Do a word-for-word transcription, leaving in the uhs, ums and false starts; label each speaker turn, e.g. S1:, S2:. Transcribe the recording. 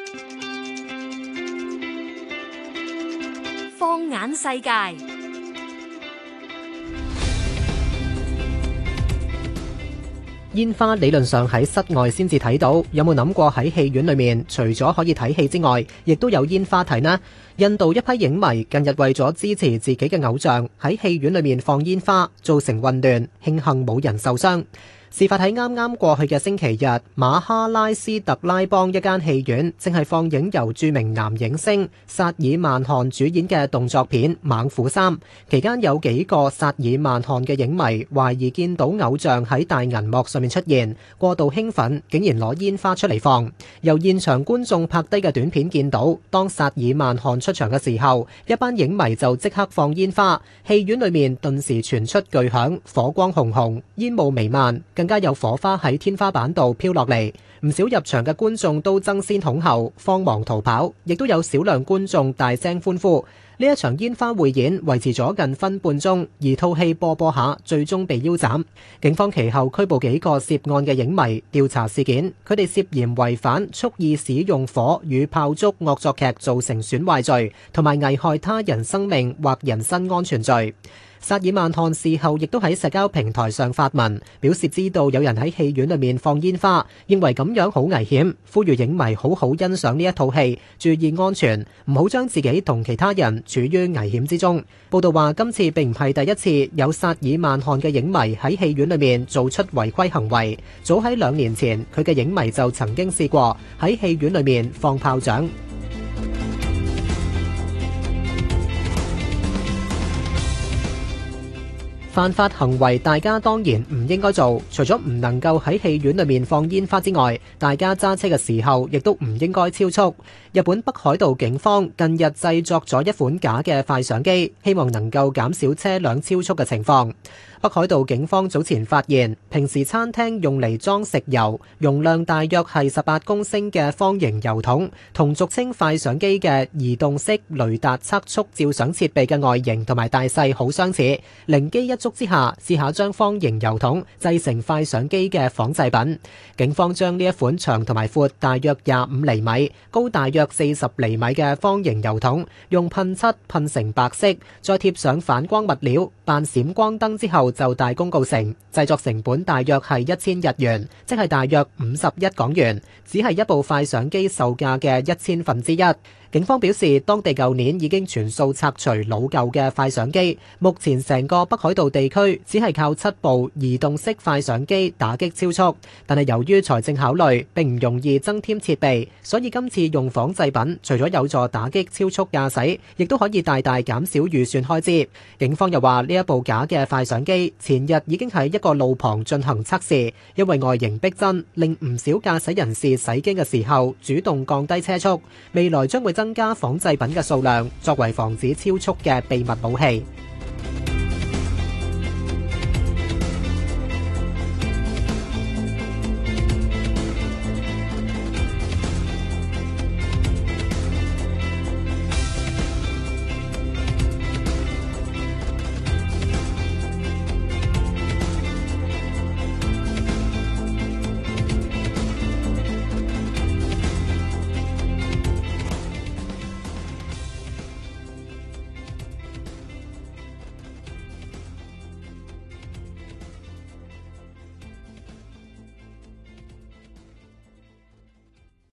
S1: 放眼世界，
S2: 煙花理論上喺室外先至睇到，有冇諗過喺戲院裏面，除咗可以睇戲之外，亦都有煙花睇呢？印度一批影迷近日為咗支持自己嘅偶像，喺戲院裏面放煙花，造成混亂，慶幸冇人受傷。事發喺啱啱過去嘅星期日，馬哈拉斯特拉邦一間戲院正係放映由著名男影星薩爾曼汗主演嘅動作片《猛虎三》，期間有幾個薩爾曼汗嘅影迷懷疑見到偶像喺大銀幕上面出現，過度興奮，竟然攞煙花出嚟放。由現場觀眾拍低嘅短片見到，當薩爾曼汗出場嘅時候，一班影迷就即刻放煙花，戲院裏面頓時傳出巨響，火光紅紅，煙霧彌漫。更加有火花喺天花板度飄落嚟，唔少入場嘅觀眾都爭先恐後，慌忙逃跑，亦都有少量觀眾大聲歡呼。呢一場煙花匯演維持咗近分半鐘，而套戲播播下，最終被腰斬。警方其後拘捕幾個涉案嘅影迷，調查事件。佢哋涉嫌違反蓄意使用火與炮竹惡作劇造成損壞罪，同埋危害他人生命或人身安全罪。薩爾曼汗事後亦都喺社交平台上發文，表示知道有人喺戲院裏面放煙花，認為咁樣好危險，呼籲影迷好好欣賞呢一套戲，注意安全，唔好將自己同其他人處於危險之中。報道話，今次並唔係第一次有薩爾曼汗嘅影迷喺戲院裏面做出違規行為，早喺兩年前，佢嘅影迷就曾經試過喺戲院裏面放炮仗。犯法行為大家當然唔應該做，除咗唔能夠喺戲院裏面放煙花之外，大家揸車嘅時候亦都唔應該超速。日本北海道警方近日製作咗一款假嘅快相機，希望能夠減少車輛超速嘅情況。北海道警方早前發現，平時餐廳用嚟裝食油，容量大約係十八公升嘅方形油桶，同俗稱快相機嘅移動式雷達測速照相設備嘅外形同埋大細好相似。靈機一觸之下，試下將方形油桶製成快相機嘅仿製品。警方將呢一款長同埋闊大約廿五厘米、高大約四十厘米嘅方形油桶，用噴漆噴成白色，再貼上反光物料，扮閃光燈之後就大功告成。製作成本大約係一千日元，即係大約五十一港元，只係一部快相機售價嘅一千分之一。警方表示，當地舊年已經全數拆除老舊嘅快相機，目前成個北海道地區只係靠七部移動式快相機打擊超速，但係由於財政考慮並唔容易增添設備，所以今次用仿製品除咗有助打擊超速駕駛，亦都可以大大減少預算開支。警方又話，呢一部假嘅快相機前日已經喺一個路旁進行測試，因為外形逼真，令唔少駕駛人士駛經嘅時候主動降低車速。未來將會增加仿製品嘅數量，作為防止超速嘅秘密武器。